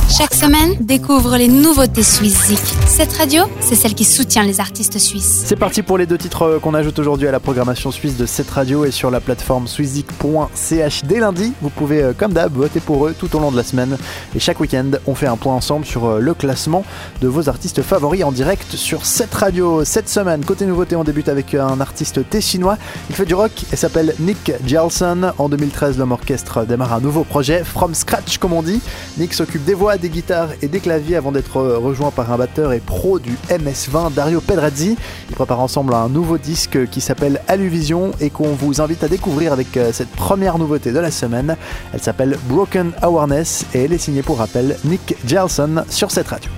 Chaque semaine, découvre les nouveautés Suisse-Zik. Cette radio, c'est celle qui soutient les artistes suisses. C'est parti pour les 2 titres qu'on ajoute aujourd'hui à la programmation suisse de cette radio et sur la plateforme swisszik.ch dès lundi. Vous pouvez, comme d'hab, voter pour eux tout au long de la semaine. Et chaque week-end, on fait un point ensemble sur le classement de vos artistes favoris en direct sur cette radio. Cette semaine, côté nouveauté, on débute avec un artiste tessinois. Il fait du rock et s'appelle Nick Jarlsson. En 2013, l'homme orchestre démarre un nouveau projet, From Scratch comme on dit. Nick s'occupe des voix, des guitares et des claviers avant d'être rejoint par un batteur et pro du MS-20, Dario Pedrazzi. Ils préparent ensemble un nouveau disque qui s'appelle Alluvision et qu'on vous invite à découvrir avec cette première nouveauté de la semaine. Elle s'appelle Broken Awareness et elle est signée, pour rappel, Nick Jarlsson sur cette radio.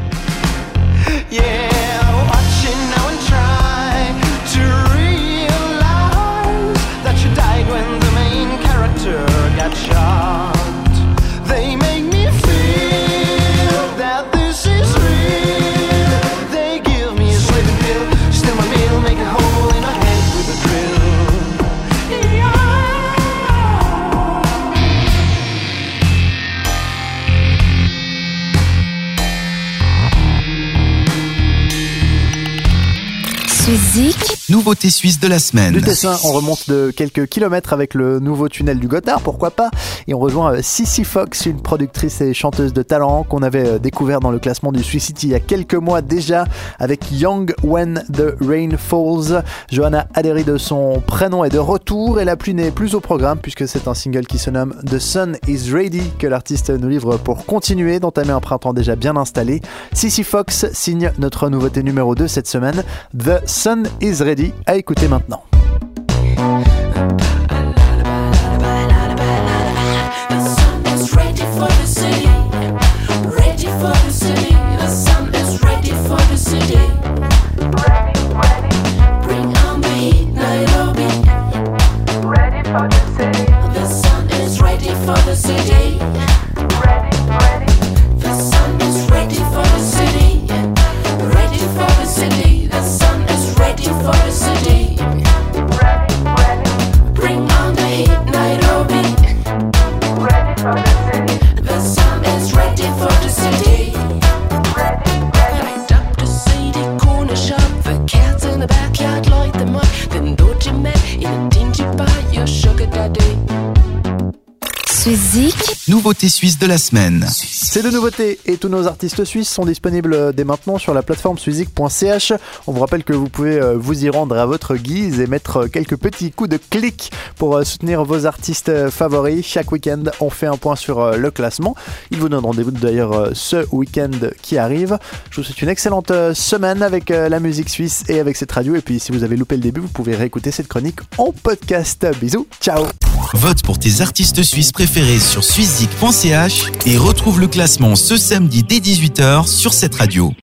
Suisse-Zik. Nouveauté suisse de la semaine. Du Tessin, on remonte de quelques kilomètres avec le nouveau tunnel du Gothard, pourquoi pas. Et on rejoint Sissy Fox, une productrice et chanteuse de talent qu'on avait découvert dans le classement du Swiss City il y a quelques mois déjà avec Young When the Rain Falls. Johanna Aderi de son prénom est de retour et la pluie n'est plus au programme puisque c'est un single qui se nomme The Sun Is Ready que l'artiste nous livre pour continuer d'entamer un printemps déjà bien installé. Sissy Fox signe notre nouveauté numéro 2 cette semaine, The Sun Is Ready, à écouter maintenant. Suisse-Zik. Nouveauté suisse de la semaine. Ces 2 nouveautés et tous nos artistes suisses sont disponibles dès maintenant sur la plateforme swisszik.ch. On vous rappelle que vous pouvez vous y rendre à votre guise et mettre quelques petits coups de clic pour soutenir vos artistes favoris. Chaque week-end, on fait un point sur le classement. Il vous donne rendez-vous d'ailleurs ce week-end qui arrive. Je vous souhaite une excellente semaine avec la musique suisse et avec cette radio. Et puis si vous avez loupé le début, vous pouvez réécouter cette chronique en podcast. Bisous, ciao. Vote pour tes artistes suisses préférés sur swisszik.ch et retrouve le classement ce samedi dès 18h sur cette radio.